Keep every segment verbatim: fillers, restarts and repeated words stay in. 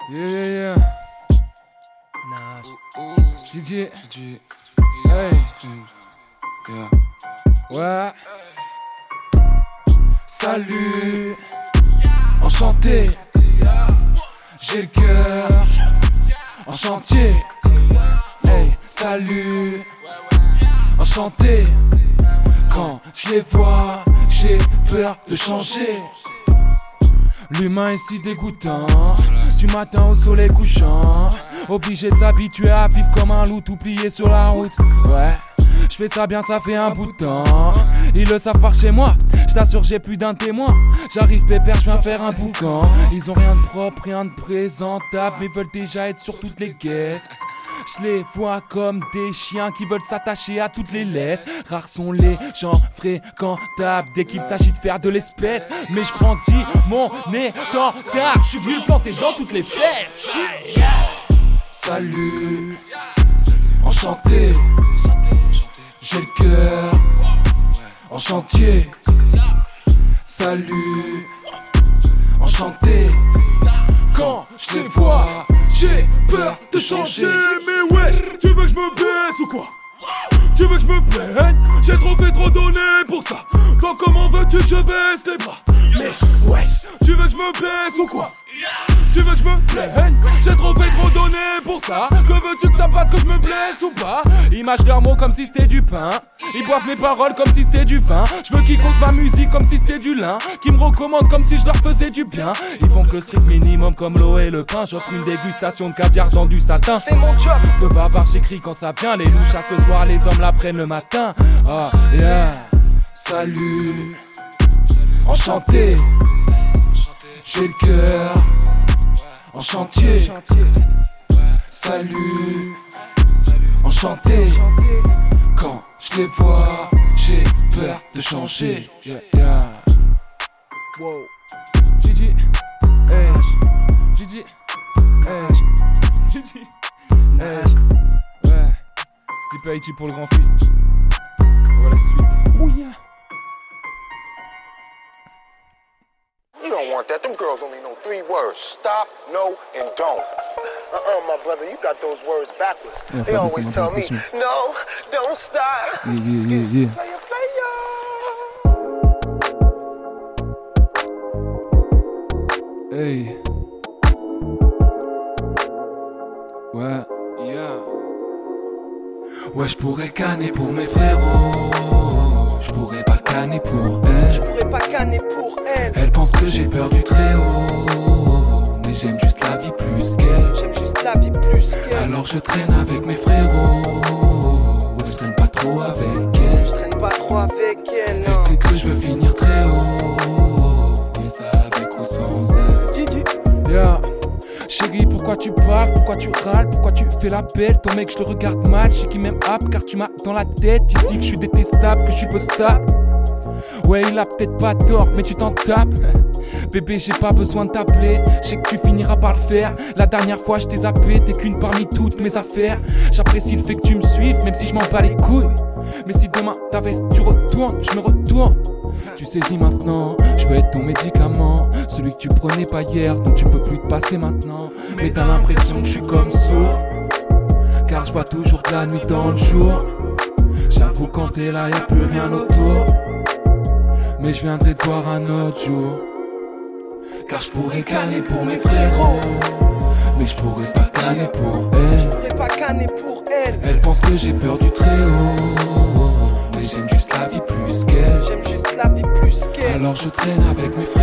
Yeah, yeah, yeah. Nah. Gigi. Gigi. Hey. Yeah. Ouais. Salut. Enchanté. J'ai le cœur en chantier. Hey, salut. Enchanté. Quand je les vois, j'ai peur de changer. L'humain est si dégoûtant, du matin au soleil couchant. Obligé de s'habituer à vivre comme un loup tout plié sur la route. Ouais, je fais ça bien, ça fait un bout de temps. Ils le savent par chez moi, je t'assure j'ai plus d'un témoin. J'arrive pépère, je viens faire un boucan. Ils ont rien de propre, rien de présentable, mais veulent déjà être sur toutes les guests. Je les vois comme des chiens qui veulent s'attacher à toutes les laisses. Rares sont les gens fréquentables dès qu'il s'agit de faire de l'espèce. Mais je prends dix mon étendard, je suis venu le planter dans toutes les flèches. Salut, enchanté. J'ai le cœur en chantier. Salut, enchanté. Quand je les vois, j'ai peur de changer. Mais wesh, tu veux que je me baisse ou quoi? Tu veux que je me plaigne? J'ai trop fait, trop donné pour ça. Donc comment veux-tu que je baisse les bras? Mais wesh, tu veux que je me baisse ou quoi? Tu veux que je me plaigne? J'ai trop fait, trop donné pour ça. Que veux-tu que ça fasse, que je me blesse ou pas? Ils mâchent leurs mots comme si c'était du pain. Ils boivent mes paroles comme si c'était du vin. Je veux qu'ils causent ma musique comme si c'était du lin. Qu'ils me recommandent comme si je leur faisais du bien. Ils font que le strict minimum comme l'eau et le pain. J'offre une dégustation de caviar dans du satin. Fais mon job. Peu bavard, j'écris quand ça vient. Les loups chassent le soir, les hommes la prennent le matin. Ah oh, yeah. Salut, enchanté. J'ai le cœur en chantier. Salut, enchanté. Quand je les vois, j'ai peur de changer. Yeah, yeah. Wow. Gigi, hey, Gigi, hey, Gigi, hey. Ouais, c'est Haïti pour le grand feat. Voilà la suite. Oh yeah. You don't want that. Them girls only know three words. Stop, no, and don't. Uh-uh, my brother, you got those words backwards. Yeah, they always tell me, no, don't stop. Yeah, yeah, yeah, yeah. Player, player. Hey. Ouais, yeah. Ouais, je pourrais canner pour mes frérots. Je pourrais pas canner pour elle. Je pourrais pas canner pour elle. Elle pense que j'ai peur du très haut. Mais j'aime juste la vie plus qu'elle. J'aime juste la vie plus qu'elle. Alors je traîne avec mes frérots. Ouais, je traîne pas trop avec elle. Je traîne pas trop avec elle. Elle sait que je veux finir très haut. Et ça avec ou sans elle. Gigi. Yeah. Chérie, pourquoi tu parles, pourquoi tu râles, pourquoi tu fais la belle? Ton mec, je le regarde mal, je sais qu'il m'aime up car tu m'as dans la tête. Il dit que je suis détestable, que je suis postable. Ouais, il a peut-être pas tort, mais tu t'en tapes. Bébé, j'ai pas besoin de t'appeler, je sais que tu finiras par le faire. La dernière fois, je t'ai zappé, t'es qu'une parmi toutes mes affaires. J'apprécie le fait que tu me suives, même si je m'en bats les couilles. Mais si demain ta veste tu retournes, je me retourne. Tu saisis maintenant, je veux être ton médicament. Celui que tu prenais pas hier, dont tu peux plus te passer maintenant. Mais t'as l'impression que je suis comme sourd, car je vois toujours de la nuit dans le jour. J'avoue quand t'es là y'a plus rien autour. Mais je viendrai te voir un autre jour. Car je pourrais canner pour mes frérots. Mais je pourrais pas canner pour elle. Je pourrais pas canner pour elle. Elle pense que j'ai peur du très haut. Mais j'aime juste la vie plus qu'elle. J'aime juste la vie plus qu'elle. Alors je traîne avec mes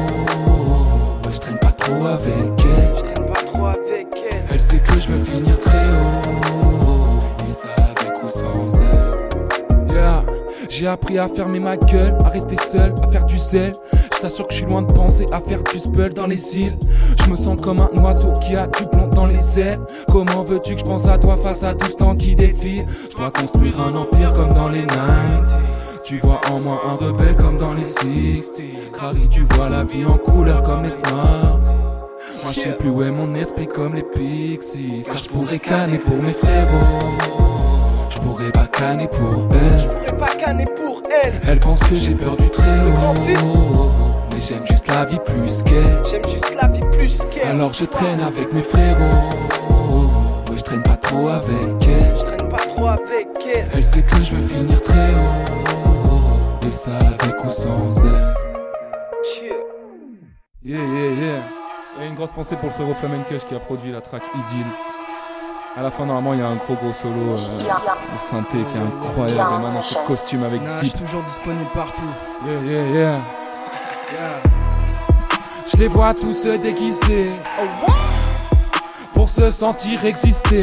frérots. Ouais, je traîne pas trop avec elle. Je traîne pas trop avec elle. Elle sait que je veux finir très haut. Et ça avec ou sans elle. Yeah. J'ai appris à fermer ma gueule, à rester seul, à faire du zèle. Je t'assure que je suis loin de penser à faire du spell dans les îles. Je me sens comme un oiseau qui a du plomb dans les ailes. Comment veux-tu que je pense à toi face à tout ce temps qui défile? Je dois construire un empire comme dans les quatre-vingt-dix. Tu vois en moi un rebelle comme dans les soixante. Crary, tu vois la vie en couleur comme les Smart. Moi je sais plus où est mon esprit comme les Pixies. Car je pourrais canner pour mes frérots. Je pourrais pas canner pour elle. Je pourrais pas canner pour elle. Elle pense que j'ai peur du très haut. Mais Et j'aime juste la vie plus qu'elle. J'aime juste la vie plus qu'elle. Alors je traîne avec mes frérots. Ouais, je traîne pas trop avec elle. Je traîne pas trop avec elle. Elle sait que je veux finir très haut. Et ça avec ou sans elle. Cheer. Yeah, yeah, yeah. Et une grosse pensée pour le frérot Flamencush qui a produit la track Idyll. À la fin, normalement, il y a un gros gros solo euh, de synthé qui est incroyable. Et maintenant, ce costume avec Nash, Deep. toujours disponible partout. Yeah, yeah, yeah. Yeah. Je les vois tous se déguiser pour se sentir exister,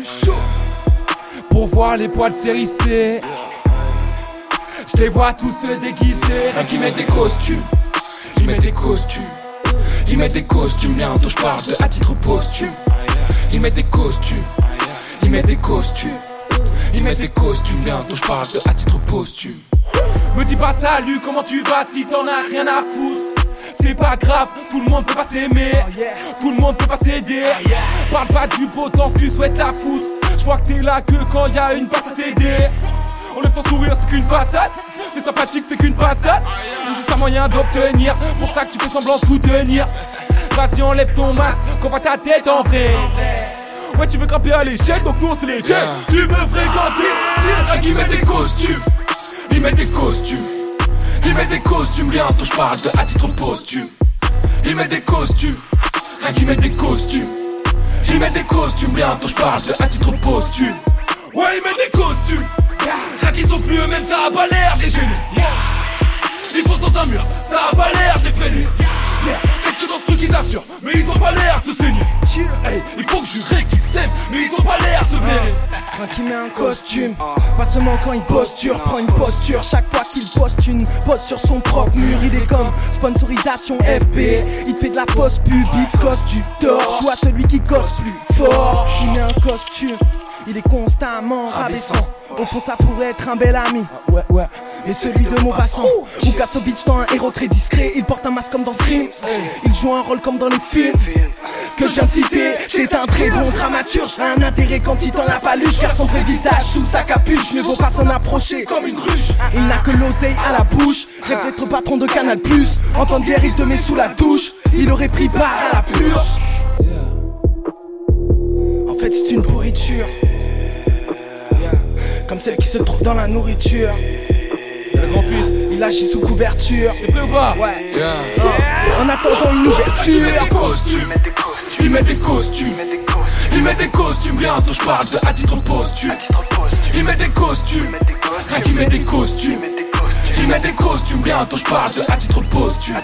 pour voir les poils s'hérisser. Je les vois tous se déguiser. Rien qui met des costumes, il met des costumes. Il met des costumes, bientôt je parle de à titre posthume. Il met des costumes, il met des costumes. Il met des costumes, bientôt je parle de à titre posthume. Me dis pas salut, comment tu vas si t'en as rien à foutre. C'est pas grave, tout le monde peut pas s'aimer. Tout le monde peut pas s'aider. Parle pas du potence, tu souhaites la foutre. Je vois que t'es là que quand y a une passe à céder. Enlève ton sourire, c'est qu'une façade. T'es sympathique, c'est qu'une passade. Juste un moyen d'obtenir, pour ça que tu fais semblant de soutenir. Vas-y, enlève ton masque, qu'on voit ta tête en vrai. Ouais, tu veux grimper à l'échelle, donc nous on c'est les deux. Tu veux fréquenter, qui met des costumes. Il met des costumes. Il met des costumes, bientôt je parle de à titre posthume. Il met des costumes, rien qui met des costumes. Il met des costumes, bientôt je parle de à titre posthume. Ouais, il met des costumes, rien qu'ils sont plus eux-mêmes, ça a pas l'air de les gêner. Ils foncent dans un mur, ça a pas l'air de les freiner. Mec que dans ce truc ils assurent, mais ils ont pas l'air de se saigner. Hey, il faut que je règle qu'ils s'aiment, mais ils ont pas l'air de se blairer. Rien qui met un costume, pas seulement quand il posture, prend une posture chaque fois qu'il poste une pose sur son propre mur. Il est comme sponsorisation F B, il fait de la fausse pub, il te coste du tort. Joue à celui qui coste plus fort, il met un costume, il est constamment rabaissant. Au fond ça pourrait être un bel ami, Ouais, ouais. mais celui de Maupassant. Vukasovic dans un héros très discret, il porte un masque comme dans Scream. Il joue un rôle comme dans les films que je viens de citer. C'est un très bon dramaturge, a un intérêt quand il tend la paluche. Garde son vrai visage sous sa capuche, mieux vaut pas s'en approcher comme une ruche. Il n'a que l'oseille à la bouche, rêve d'être patron de Canal plus. En temps de guerre il te met sous la douche, il aurait pris part à la purge. En fait c'est une pourriture, comme celle qui se trouve dans la nourriture. Le grand fil. Il agit sous couverture. T'es prêt ou pas? Ouais. Yeah. En attendant une ouverture. Il met des costumes, il met des costumes. Il met des costumes, bientôt je parle de à titre posthume. Il met des costumes, rien qui met des costumes. Il met des costumes, bientôt je parle de à titre posthume.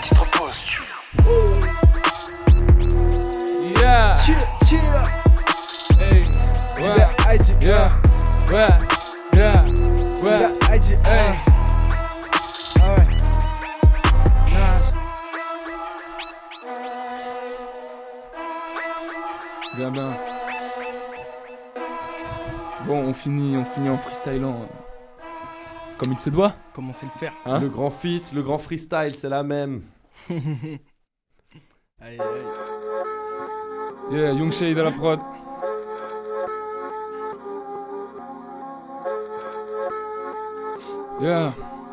Yeah. Cheer, cheer. Hey. Ouais. I G. Yeah. Ouais. Yeah. Ouais. I G. Hey. Ah ouais. Nash. Bien, bien. Bon, on finit, on finit en freestylant euh, comme il se doit. Comment c'est le faire? Hein? Le grand feat, le grand freestyle, c'est la même. Aïe, aïe. Yeah, Young Shade à la prod. Yeah.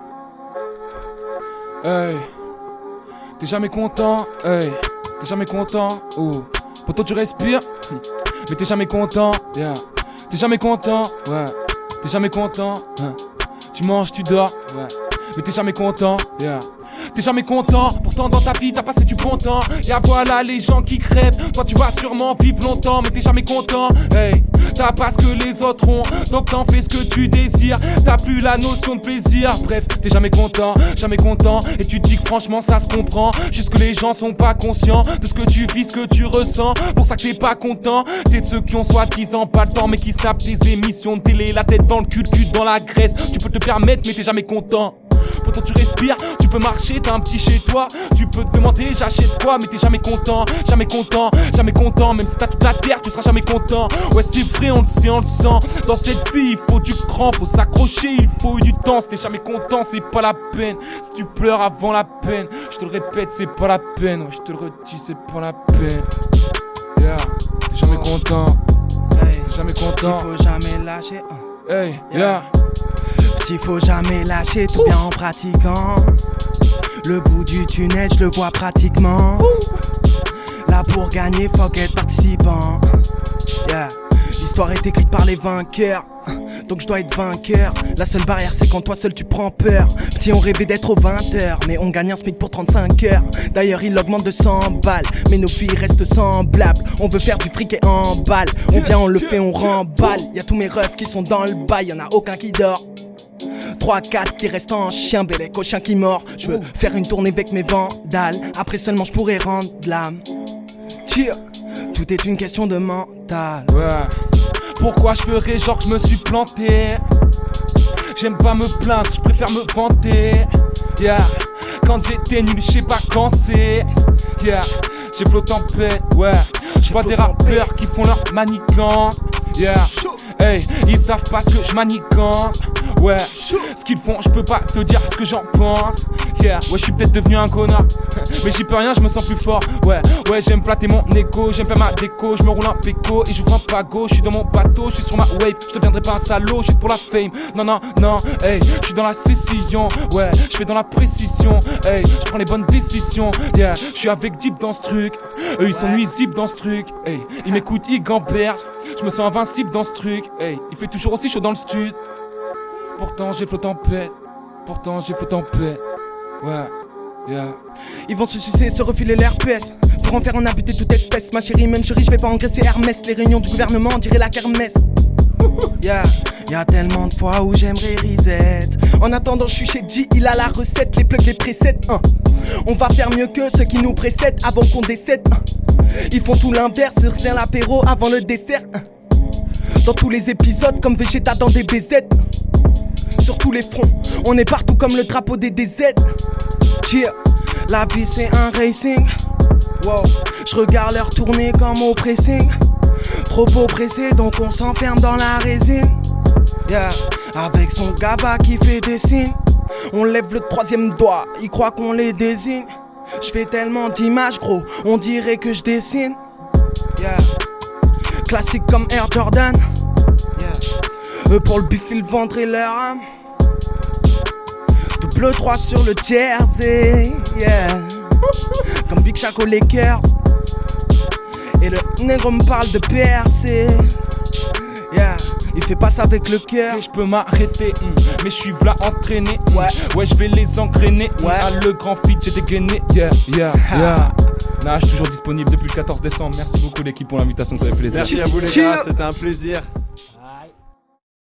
Hey. T'es jamais content, hey. T'es jamais content, oh. Pourtant tu respires, mais t'es jamais content, yeah. T'es jamais content, ouais. T'es jamais content, hein. Tu manges, tu dors, ouais. Mais t'es jamais content, yeah. T'es jamais content, pourtant dans ta vie t'as passé du bon temps. Y'a voilà les gens qui crèvent, toi tu vas sûrement vivre longtemps. Mais t'es jamais content, hey. T'as pas ce que les autres ont, donc t'en fais ce que tu désires. T'as plus la notion de plaisir, bref, t'es jamais content, jamais content. Et tu te dis que franchement ça se comprend, juste que les gens sont pas conscients de ce que tu vis, ce que tu ressens. Pour ça que t'es pas content, t'es de ceux qui ont soi-disant pas le temps, mais qui snapent tes émissions de télé, la tête dans le cul, le cul dans la graisse. Tu peux te permettre mais t'es jamais content. Pourtant tu respires, tu peux marcher, t'as un petit chez toi. Tu peux te demander j'achète quoi, mais t'es jamais content, jamais content, jamais content. Même si t'as toute la terre, tu seras jamais content. Ouais c'est vrai, on le sait, on le sent. Dans cette vie il faut du cran, faut s'accrocher, il faut du temps. Si t'es jamais content, c'est pas la peine. Si tu pleures avant la peine, je te le répète, c'est pas la peine. Ouais je te le redis, c'est pas la peine. Yeah, t'es jamais content, Hey. t'es jamais content. Il faut jamais lâcher. Hey, yeah. Petit faut jamais lâcher, tout bien en pratiquant. Le bout du tunnel, je le vois pratiquement. Là pour gagner, faut être participant. Yeah. L'histoire est écrite par les vainqueurs, donc je dois être vainqueur. La seule barrière c'est quand toi seul tu prends peur. Petit on rêvait d'être aux vingt heures, mais on gagne un SMIC pour trente-cinq heures. D'ailleurs il augmente de cent balles, mais nos filles restent semblables. On veut faire du fric et en balle. On vient, on le fait, on remballe. Y'a tous mes refs qui sont dans le bail, y'en a aucun qui dort. trois quatre qui restent en chien, bellec au chien qui mord. Je veux faire une tournée avec mes vandales, après seulement je pourrai rendre l'âme. Tire, tout est une question de mental. Ouais. Pourquoi je ferais genre que je me suis planté? J'aime pas me plaindre, je préfère me vanter. Yeah. Quand j'étais nul, je sais pas quand c'est. Yeah. J'ai flotté en paix, ouais. Je vois des rappeurs qui font leur manigance. Yeah. Hey, ils savent pas ce que je manigance. Ouais, ce qu'ils font, je peux pas te dire ce que j'en pense. Yeah, ouais, je suis peut-être devenu un connard, mais j'y peux rien, je me sens plus fort. Ouais, ouais, j'aime flatter mon égo, j'aime faire ma déco. Je me roule un péco et j'ouvre un pago. Je suis dans mon bateau, je suis sur ma wave. Je deviendrai pas un salaud juste pour la fame. Non, non, non, hey, je suis dans la sécession. Ouais, je fais dans la précision. Hey, je prends les bonnes décisions. Yeah, je suis avec Deep dans ce truc. Eux, ils sont nuisibles dans ce truc. Hey, ils m'écoutent, ils gambergent. Je me sens invincible dans ce truc. Hey, il fait toujours aussi chaud dans le stud. Pourtant j'ai flotté en paix, pourtant j'ai flotté en paix. Ouais, yeah. Ils vont se sucer, se refiler l'herpès pour en faire en abuter toute espèce. Ma chérie, même chérie, je vais pas engraisser Hermès. Les réunions du gouvernement, on dirait la kermesse. Yeah, y'a tellement de fois où j'aimerais reset. En attendant, je suis chez G, il a la recette, les plugs, les presets. Hein. On va faire mieux que ceux qui nous précèdent avant qu'on décède. Hein. Ils font tout l'inverse, sur l'apéro avant le dessert. Hein. Dans tous les épisodes, comme Vegeta dans des B Z. Sur tous les fronts, on est partout comme le drapeau des D Z. Cheer, la vie c'est un racing. Wow, je regarde leur tourner comme au pressing. Trop oppressé donc on s'enferme dans la résine. Yeah, avec son gaba qui fait des signes. On lève le troisième doigt, il croit qu'on les désigne. Je fais tellement d'images gros, on dirait que je dessine. Yeah, classique comme Air Jordan. Eux pour le bif ils vendraient leur âme. Double trois sur le jersey, yeah. Comme Big Shaq aux Lakers. Et le négro me parle de percer. Yeah, il fait pas ça avec le cœur. Okay, je peux m'arrêter, mm, mais je suis v'là entraîné. Mm, ouais, ouais, je vais les engrainer. Ouais, mm, ah, le grand feat, j'ai dégainé. Yeah, yeah, yeah. Nah, je suis toujours disponible depuis le quatorze décembre. Merci beaucoup l'équipe pour l'invitation, ça fait plaisir. Merci à vous les gars, c'était un plaisir.